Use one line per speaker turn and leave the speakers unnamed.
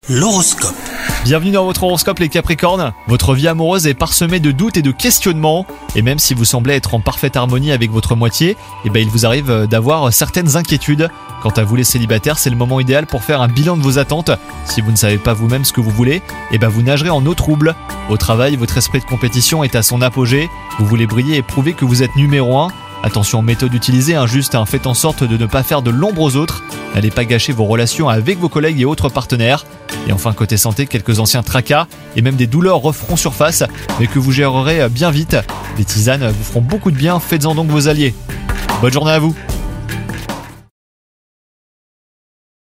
L'horoscope.
Bienvenue dans votre horoscope les Capricornes. Votre vie amoureuse est parsemée de doutes et de questionnements. Et même si vous semblez être en parfaite harmonie avec votre moitié, il vous arrive d'avoir certaines inquiétudes. Quant à vous les célibataires, c'est le moment idéal pour faire un bilan de vos attentes. Si vous ne savez pas vous-même ce que vous voulez, vous nagerez en eau trouble. Au travail, votre esprit de compétition est à son apogée. Vous voulez briller et prouver que vous êtes numéro 1. Attention aux méthodes utilisées, faites en sorte de ne pas faire de l'ombre aux autres. N'allez pas gâcher vos relations avec vos collègues et autres partenaires. Et enfin, côté santé, quelques anciens tracas et même des douleurs referont surface, mais que vous gérerez bien vite. Des tisanes vous feront beaucoup de bien, faites-en donc vos alliés. Bonne journée à vous.